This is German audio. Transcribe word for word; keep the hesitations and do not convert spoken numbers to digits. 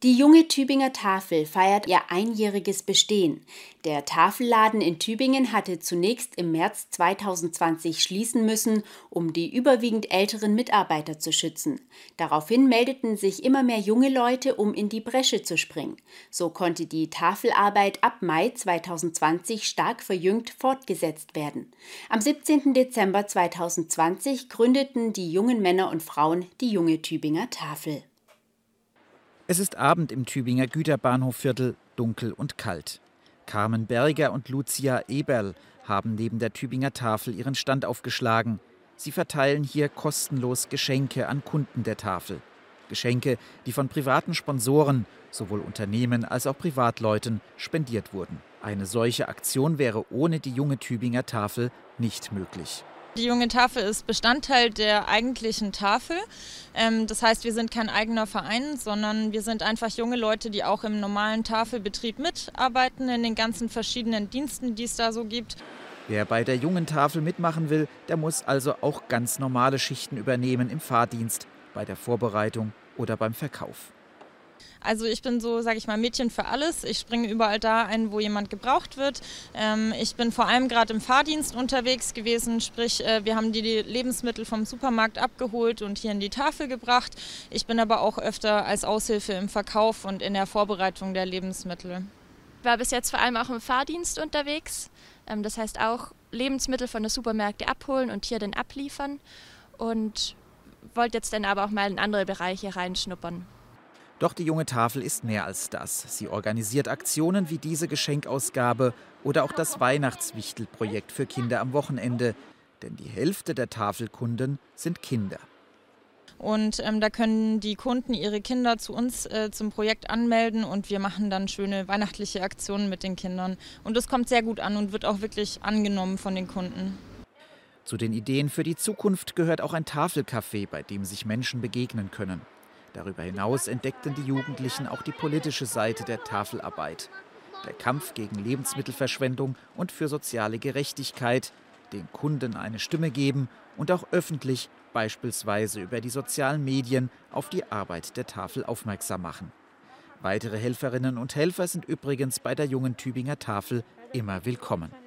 Die junge Tübinger Tafel feiert ihr einjähriges Bestehen. Der Tafelladen in Tübingen hatte zunächst im März zweitausendzwanzig schließen müssen, um die überwiegend älteren Mitarbeiter zu schützen. Daraufhin meldeten sich immer mehr junge Leute, um in die Bresche zu springen. So konnte die Tafelarbeit ab Mai zweitausendzwanzig stark verjüngt fortgesetzt werden. Am siebzehnten Dezember zweitausendzwanzig gründeten die jungen Männer und Frauen die junge Tübinger Tafel. Es ist Abend im Tübinger Güterbahnhofviertel, dunkel und kalt. Carmen Berger und Lucia Eberl haben neben der Tübinger Tafel ihren Stand aufgeschlagen. Sie verteilen hier kostenlos Geschenke an Kunden der Tafel. Geschenke, die von privaten Sponsoren, sowohl Unternehmen als auch Privatleuten, spendiert wurden. Eine solche Aktion wäre ohne die junge Tübinger Tafel nicht möglich. Die junge Tafel ist Bestandteil der eigentlichen Tafel. Das heißt, wir sind kein eigener Verein, sondern wir sind einfach junge Leute, die auch im normalen Tafelbetrieb mitarbeiten, in den ganzen verschiedenen Diensten, die es da so gibt. Wer bei der jungen Tafel mitmachen will, der muss also auch ganz normale Schichten übernehmen im Fahrdienst, bei der Vorbereitung oder beim Verkauf. Also ich bin so, sage ich mal, Mädchen für alles. Ich springe überall da ein, wo jemand gebraucht wird. Ähm, ich bin vor allem gerade im Fahrdienst unterwegs gewesen, sprich äh, wir haben die Lebensmittel vom Supermarkt abgeholt und hier in die Tafel gebracht. Ich bin aber auch öfter als Aushilfe im Verkauf und in der Vorbereitung der Lebensmittel. Ich war bis jetzt vor allem auch im Fahrdienst unterwegs. Ähm, das heißt auch Lebensmittel von den Supermärkten abholen und hier dann abliefern. Und wollte jetzt dann aber auch mal in andere Bereiche reinschnuppern. Doch die junge Tafel ist mehr als das. Sie organisiert Aktionen wie diese Geschenkausgabe oder auch das Weihnachtswichtelprojekt für Kinder am Wochenende. Denn die Hälfte der Tafelkunden sind Kinder. Und ähm, da können die Kunden ihre Kinder zu uns äh, zum Projekt anmelden und wir machen dann schöne weihnachtliche Aktionen mit den Kindern. Und das kommt sehr gut an und wird auch wirklich angenommen von den Kunden. Zu den Ideen für die Zukunft gehört auch ein Tafelcafé, bei dem sich Menschen begegnen können. Darüber hinaus entdeckten die Jugendlichen auch die politische Seite der Tafelarbeit. Der Kampf gegen Lebensmittelverschwendung und für soziale Gerechtigkeit, den Kunden eine Stimme geben und auch öffentlich, beispielsweise über die sozialen Medien, auf die Arbeit der Tafel aufmerksam machen. Weitere Helferinnen und Helfer sind übrigens bei der jungen Tübinger Tafel immer willkommen.